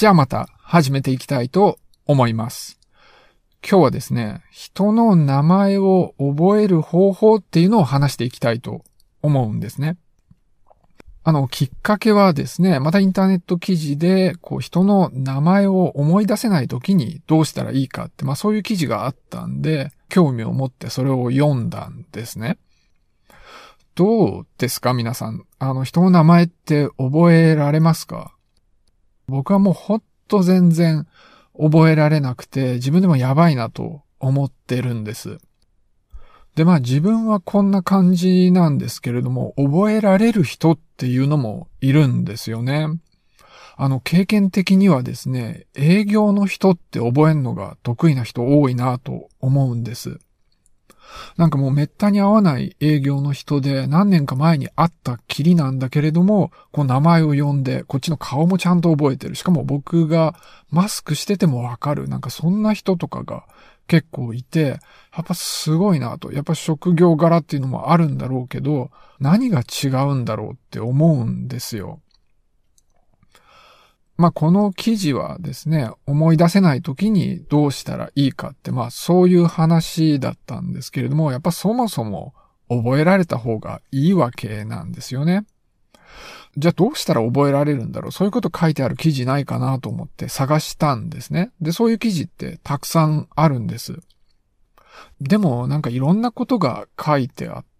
じゃあまた始めていきたいと思います。今日はですね、人の名前を覚える方法っていうのを話していきたいと思うんですね。きっかけはですね、またインターネット記事で、人の名前を思い出せないときにどうしたらいいかって、そういう記事があったんで、興味を持ってそれを読んだんですね。どうですか皆さん。人の名前って覚えられますか？僕はもうほんと全然覚えられなくて、自分でもやばいなと思ってるんです。で、自分はこんな感じなんですけれども、覚えられる人っていうのもいるんですよね。経験的にはですね、営業の人って覚えるのが得意な人多いなと思うんです。なんかもうめったに会わない営業の人で何年か前に会ったきりなんだけれども、名前を呼んで、こっちの顔もちゃんと覚えてる。しかも僕がマスクしててもわかる。なんかそんな人とかが結構いて、やっぱすごいなと。やっぱ職業柄っていうのもあるんだろうけど、何が違うんだろうって思うんですよ。この記事はですね、思い出せない時にどうしたらいいかって、そういう話だったんですけれども、やっぱそもそも覚えられた方がいいわけなんですよね。じゃあどうしたら覚えられるんだろう？そういうこと書いてある記事ないかなと思って探したんですね。で、そういう記事ってたくさんあるんです。でもなんかいろんなことが書いてあって、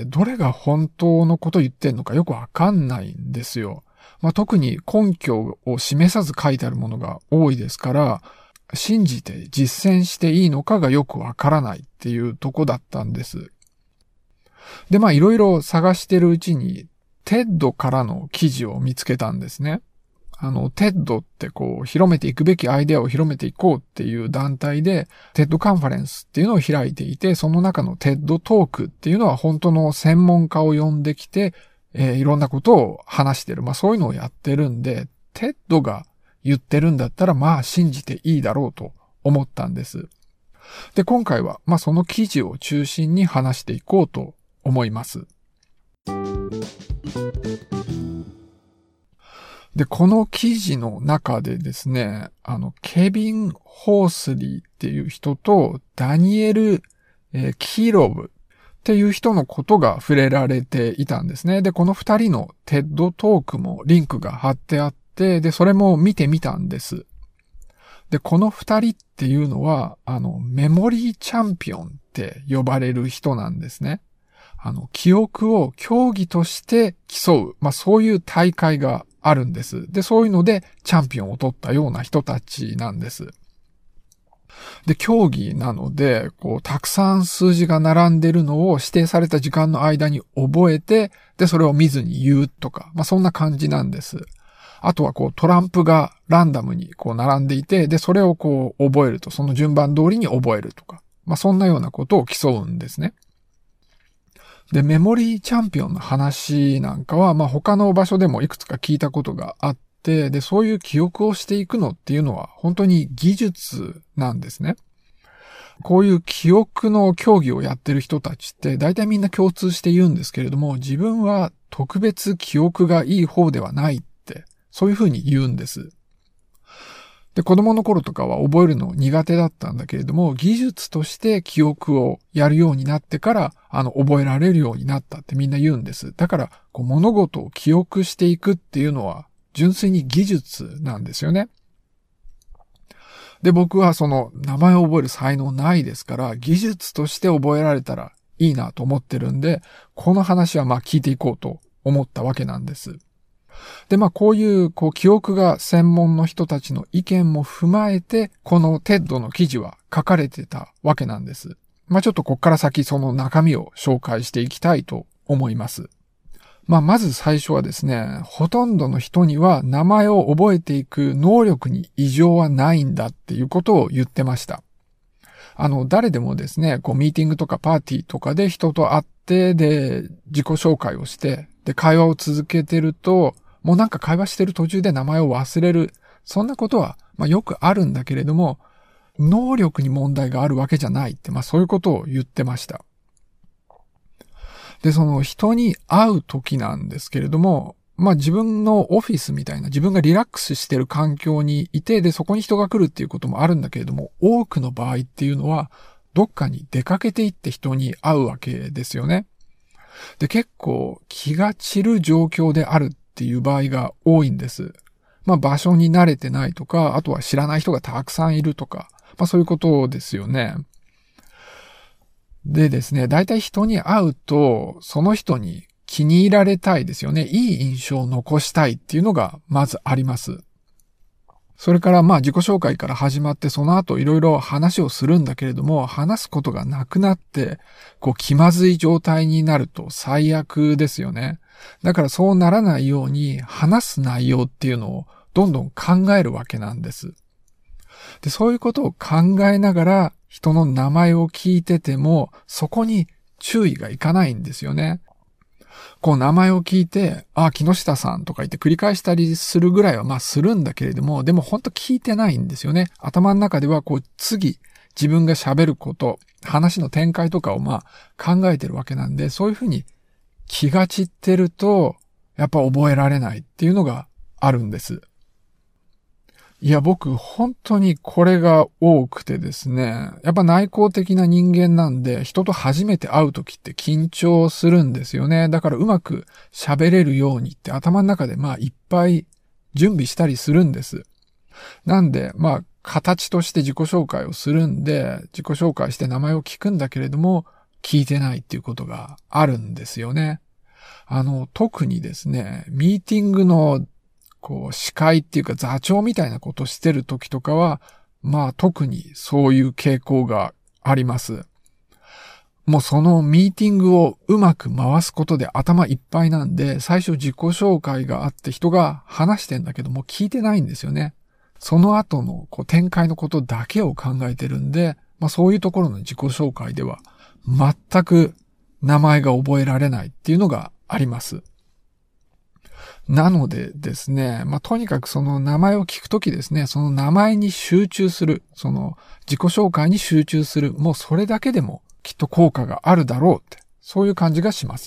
どれが本当のこと言ってんのかよくわかんないんですよ。特に根拠を示さず書いてあるものが多いですから、信じて実践していいのかがよくわからないっていうとこだったんです。で、いろいろ探してるうちに、TED からの記事を見つけたんですね。TED って広めていくべきアイデアを広めていこうっていう団体で、TED カンファレンスっていうのを開いていて、その中の TED トークっていうのは本当の専門家を呼んできて、いろんなことを話してる。そういうのをやってるんで、TED が言ってるんだったら信じていいだろうと思ったんです。で、今回はその記事を中心に話していこうと思います。で、この記事の中でですね、ケビン・ホースリーっていう人とダニエル・キーロブっていう人のことが触れられていたんですね。で、この二人のTED トークもリンクが貼ってあって、で、それも見てみたんです。で、この二人っていうのは、メモリーチャンピオンって呼ばれる人なんですね。記憶を競技として競う、そういう大会があるんです。で、そういうのでチャンピオンを取ったような人たちなんです。で、競技なので、たくさん数字が並んでるのを指定された時間の間に覚えて、で、それを見ずに言うとか、そんな感じなんです。あとはトランプがランダムに並んでいて、で、それを覚えると、その順番通りに覚えるとか、そんなようなことを競うんですね。で、メモリーチャンピオンの話なんかは、他の場所でもいくつか聞いたことがあって、で、そういう記憶をしていくのっていうのは本当に技術なんですね。こういう記憶の競技をやってる人たちって大体みんな共通して言うんですけれども、自分は特別記憶がいい方ではないって、そういうふうに言うんです。で、子供の頃とかは覚えるの苦手だったんだけれども、技術として記憶をやるようになってから、覚えられるようになったってみんな言うんです。だから、物事を記憶していくっていうのは、純粋に技術なんですよね。で、僕はその名前を覚える才能ないですから、技術として覚えられたらいいなと思ってるんで、この話は聞いていこうと思ったわけなんです。で、こういう記憶が専門の人たちの意見も踏まえて、この TED の記事は書かれてたわけなんです。ちょっとこっから先その中身を紹介していきたいと思います。まず最初はですね、ほとんどの人には名前を覚えていく能力に異常はないんだっていうことを言ってました。誰でもですね、ミーティングとかパーティーとかで人と会って、で、自己紹介をして、で、会話を続けてると、もうなんか会話してる途中で名前を忘れる。そんなことは、よくあるんだけれども、能力に問題があるわけじゃないって、そういうことを言ってました。で、その人に会う時なんですけれども、 自分のオフィスみたいな自分がリラックスしてる環境にいて、で、そこに人が来るっていうこともあるんだけれども、多くの場合っていうのは、どっかに出かけていって人に会うわけですよね。で、結構気が散る状況であるっていう場合が多いんです。場所に慣れてないとか、あとは知らない人がたくさんいるとか、そういうことですよね。でですね、だいたい人に会うと、その人に気に入られたいですよね。いい印象を残したいっていうのがまずあります。それから自己紹介から始まってその後いろいろ話をするんだけれども、話すことがなくなって、気まずい状態になると最悪ですよね。だからそうならないように話す内容っていうのをどんどん考えるわけなんです。で、そういうことを考えながら人の名前を聞いてても、そこに注意がいかないんですよね。名前を聞いて、木下さんとか言って繰り返したりするぐらいはするんだけれども、でも本当聞いてないんですよね。頭の中では次、自分が喋ること、話の展開とかを考えてるわけなんで、そういうふうに気が散ってると、やっぱ覚えられないっていうのがあるんです。いや、僕、本当にこれが多くてですね、やっぱ内向的な人間なんで、人と初めて会うときって緊張するんですよね。だからうまく喋れるようにって頭の中でいっぱい準備したりするんです。なんで、形として自己紹介をするんで、自己紹介して名前を聞くんだけれども、聞いてないっていうことがあるんですよね。特にですね、ミーティングの司会っていうか座長みたいなことしてる時とかは、特にそういう傾向があります。もうそのミーティングをうまく回すことで頭いっぱいなんで、最初自己紹介があって人が話してんだけども聞いてないんですよね。その後の展開のことだけを考えてるんで、そういうところの自己紹介では全く名前が覚えられないっていうのがあります。なのでですね、とにかくその名前を聞くときですね、その名前に集中する、その自己紹介に集中する、もうそれだけでもきっと効果があるだろうって、そういう感じがします。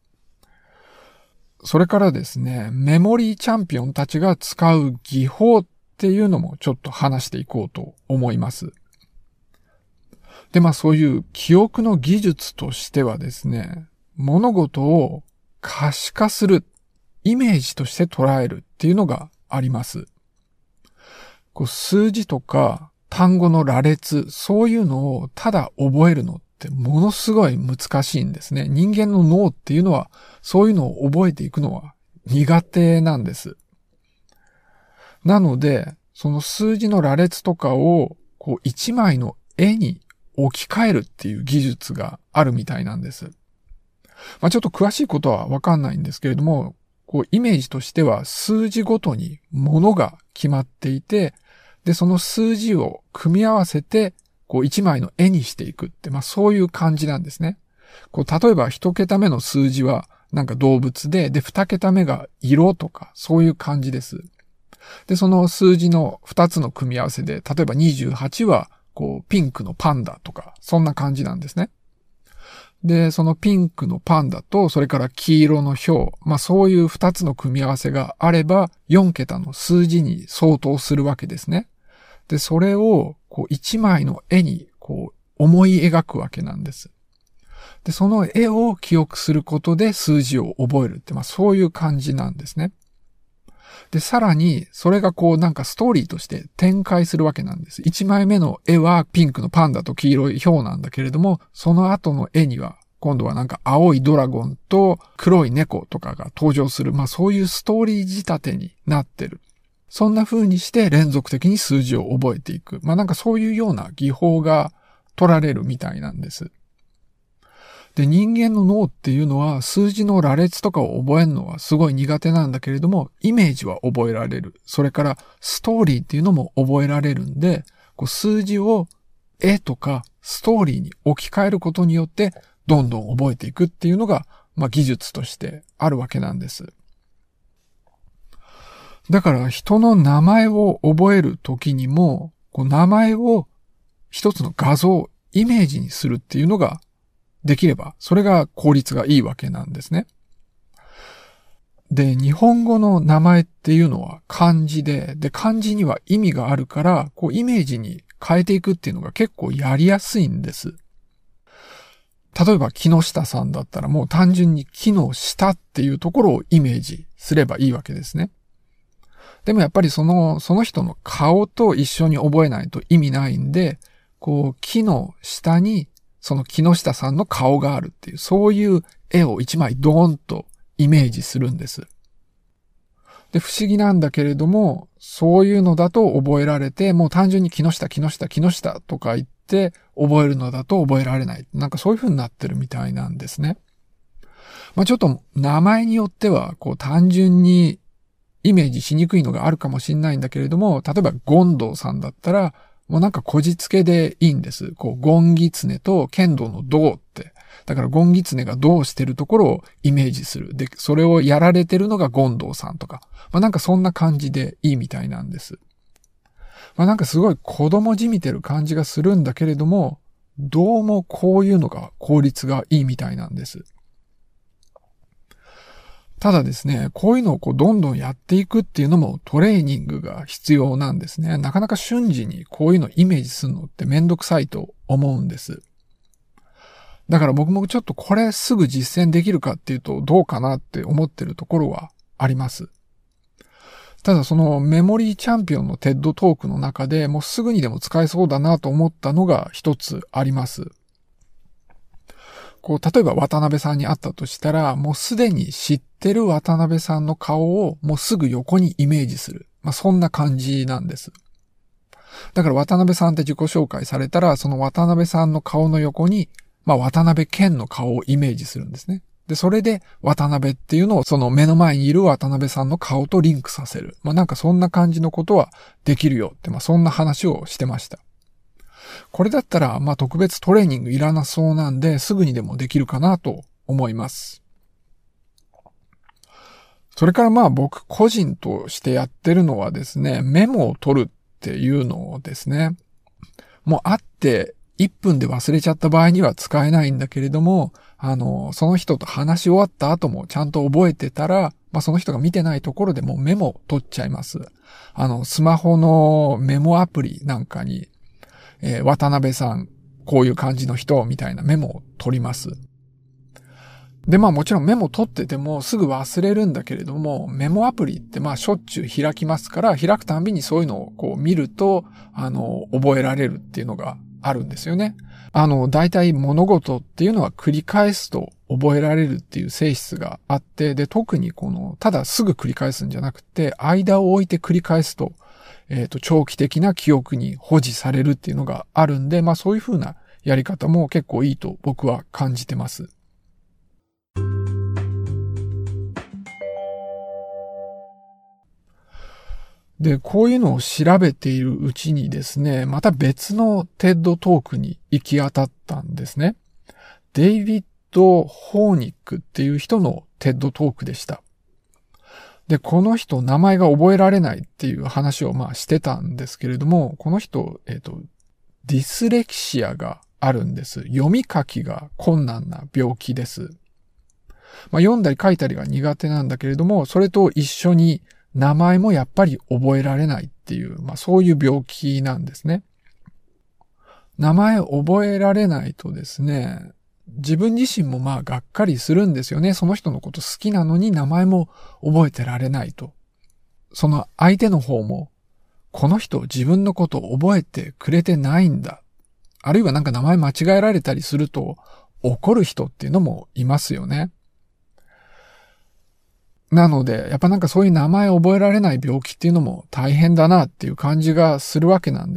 それからですね、メモリーチャンピオンたちが使う技法っていうのもちょっと話していこうと思います。で、そういう記憶の技術としてはですね、物事を可視化する、イメージとして捉えるっていうのがあります。数字とか単語の羅列、そういうのをただ覚えるのってものすごい難しいんですね。人間の脳っていうのはそういうのを覚えていくのは苦手なんです。なので、その数字の羅列とかを一枚の絵に置き換えるっていう技術があるみたいなんです。ちょっと詳しいことはわかんないんですけれども、イメージとしては数字ごとにものが決まっていて、で、その数字を組み合わせて、一枚の絵にしていくって、そういう感じなんですね。例えば一桁目の数字はなんか動物で、二桁目が色とか、そういう感じです。で、その数字の二つの組み合わせで、例えば28は、ピンクのパンダとか、そんな感じなんですね。で、そのピンクのパンダと、それから黄色のヒョウ、そういう二つの組み合わせがあれば、4桁の数字に相当するわけですね。で、それを、一枚の絵に、思い描くわけなんです。で、その絵を記憶することで数字を覚えるって、そういう感じなんですね。で、さらに、それがなんかストーリーとして展開するわけなんです。1枚目の絵はピンクのパンダと黄色いヒョウなんだけれども、その後の絵には、今度はなんか青いドラゴンと黒い猫とかが登場する、そういうストーリー仕立てになってる。そんな風にして連続的に数字を覚えていく。なんかそういうような技法が取られるみたいなんです。で、人間の脳っていうのは数字の羅列とかを覚えるのはすごい苦手なんだけれども、イメージは覚えられる。それからストーリーっていうのも覚えられるんで、数字を絵とかストーリーに置き換えることによってどんどん覚えていくっていうのが、技術としてあるわけなんです。だから人の名前を覚えるときにも、名前を一つの画像、イメージにするっていうのができれば、それが効率がいいわけなんですね。 で、日本語の名前っていうのは漢字で、漢字には意味があるから、イメージに変えていくっていうのが結構やりやすいんです。例えば、木下さんだったらもう単純に木の下っていうところをイメージすればいいわけですね。でもやっぱりその人の顔と一緒に覚えないと意味ないんで、木の下にその木下さんの顔があるっていう、そういう絵を一枚ドーンとイメージするんです。で、不思議なんだけれども、そういうのだと覚えられて、もう単純に木下とか言って覚えるのだと覚えられない。なんかそういう風になってるみたいなんですね。ちょっと名前によっては、単純にイメージしにくいのがあるかもしれないんだけれども、例えば権藤さんだったら、もうなんかこじつけでいいんです。ゴンギツネと剣道の道って。だからゴンギツネがどうしてるところをイメージする。で、それをやられてるのが権藤さんとか。なんかそんな感じでいいみたいなんです。なんかすごい子供じみてる感じがするんだけれども、どうもこういうのが効率がいいみたいなんです。ただですね、こういうのをどんどんやっていくっていうのもトレーニングが必要なんですね。なかなか瞬時にこういうのをイメージするのってめんどくさいと思うんです。だから僕もちょっとこれすぐ実践できるかっていうとどうかなって思ってるところはあります。ただそのメモリーチャンピオンのテッドトークの中でもうすぐにでも使えそうだなと思ったのが一つあります。例えば渡辺さんに会ったとしたら、もうすでに知ってる渡辺さんの顔をもうすぐ横にイメージする。そんな感じなんです。だから渡辺さんって自己紹介されたら、その渡辺さんの顔の横に、渡辺謙の顔をイメージするんですね。で、それで渡辺っていうのをその目の前にいる渡辺さんの顔とリンクさせる。なんかそんな感じのことはできるよって、そんな話をしてました。これだったら、特別トレーニングいらなそうなんで、すぐにでもできるかなと思います。それから僕個人としてやってるのはですね、メモを取るっていうのをですね、もう会って1分で忘れちゃった場合には使えないんだけれども、その人と話し終わった後もちゃんと覚えてたら、その人が見てないところでもうメモを取っちゃいます。スマホのメモアプリなんかに、渡辺さん、こういう感じの人みたいなメモを取ります。で、もちろんメモ取っててもすぐ忘れるんだけれども、メモアプリってしょっちゅう開きますから、開くたんびにそういうのを見ると、覚えられるっていうのがあるんですよね。大体物事っていうのは繰り返すと覚えられるっていう性質があって、で、特にただすぐ繰り返すんじゃなくて、間を置いて繰り返すと、長期的な記憶に保持されるっていうのがあるんで、そういう風なやり方も結構いいと僕は感じてます。で、こういうのを調べているうちにですね、また別のテッドトークに行き当たったんですね。デイビッド・ホーニックっていう人のテッドトークでした。で、この人名前が覚えられないっていう話をしてたんですけれども、この人、ディスレキシアがあるんです。読み書きが困難な病気です。読んだり書いたりが苦手なんだけれども、それと一緒に名前もやっぱり覚えられないっていう、そういう病気なんですね。名前覚えられないとですね、自分自身もがっかりするんですよね。その人のこと好きなのに名前も覚えてられないと。その相手の方も、この人自分のことを覚えてくれてないんだ。あるいはなんか名前間違えられたりすると怒る人っていうのもいますよね。なので、やっぱなんかそういう名前を覚えられない病気っていうのも大変だなっていう感じがするわけなんです。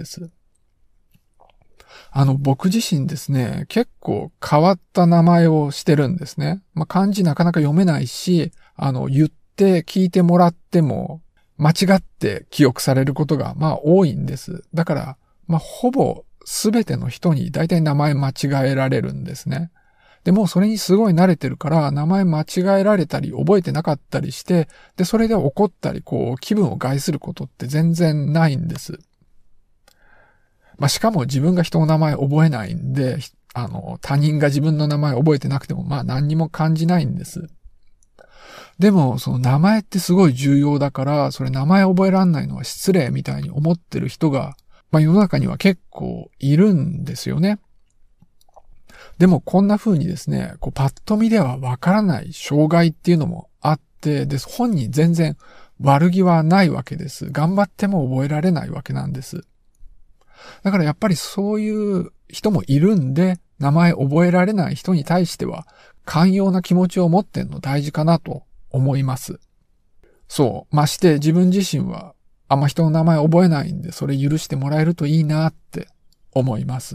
僕自身ですね、結構変わった名前をしてるんですね。漢字なかなか読めないし、言って聞いてもらっても間違って記憶されることが多いんです。だから、ほぼすべての人に大体名前間違えられるんですね。でもそれにすごい慣れてるから名前間違えられたり覚えてなかったりして、で、それで怒ったり気分を害することって全然ないんです。しかも自分が人の名前覚えないんで、他人が自分の名前覚えてなくても何にも感じないんです。 でも、その名前ってすごい重要だから、それ名前覚えらんないのは失礼みたいに思ってる人が、世の中には結構いるんですよね。でもこんな風にですね、パッと見ではわからない障害っていうのもあって、で、本人全然悪気はないわけです。頑張っても覚えられないわけなんです。だからやっぱりそういう人もいるんで、名前覚えられない人に対しては、寛容な気持ちを持ってんの大事かなと思います。そう。まして自分自身はあんま人の名前覚えないんで、それ許してもらえるといいなって思います。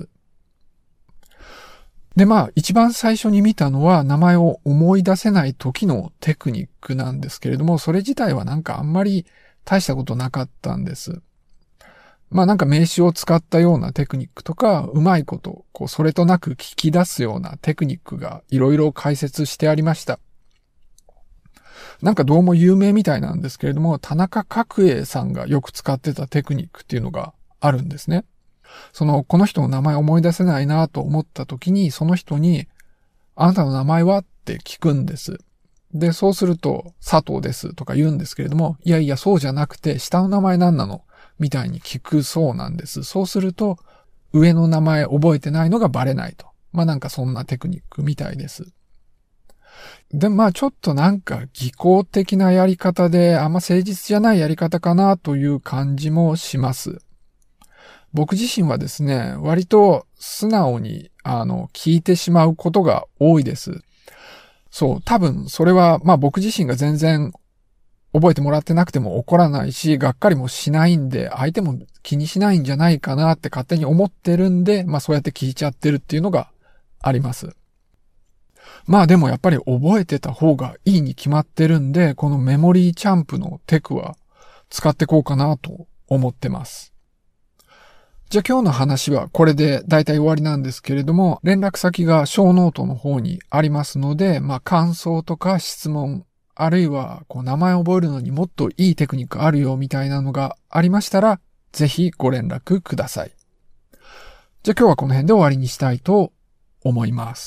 で、一番最初に見たのは名前を思い出せない時のテクニックなんですけれども、それ自体はなんかあんまり大したことなかったんです。なんか名詞を使ったようなテクニックとか、うまいこと、それとなく聞き出すようなテクニックがいろいろ解説してありました。なんかどうも有名みたいなんですけれども、田中角栄さんがよく使ってたテクニックっていうのがあるんですね。この人の名前思い出せないなと思った時に、その人に、あなたの名前はって聞くんです。で、そうすると、佐藤ですとか言うんですけれども、いやいや、そうじゃなくて、下の名前何なのみたいに聞くそうなんです。そうすると、上の名前覚えてないのがバレないと。なんかそんなテクニックみたいです。で、ちょっとなんか技巧的なやり方で、あんま誠実じゃないやり方かなという感じもします。僕自身はですね、割と素直に、聞いてしまうことが多いです。そう、多分それは、僕自身が全然覚えてもらってなくても怒らないし、がっかりもしないんで、相手も気にしないんじゃないかなって勝手に思ってるんで、そうやって聞いちゃってるっていうのがあります。でもやっぱり覚えてた方がいいに決まってるんで、このメモリーチャンプのテクは使ってこうかなと思ってます。じゃあ今日の話はこれで大体終わりなんですけれども、連絡先が小ノートの方にありますので、感想とか質問、あるいは名前を覚えるのにもっといいテクニックあるよみたいなのがありましたら、ぜひご連絡ください。じゃあ今日はこの辺で終わりにしたいと思います。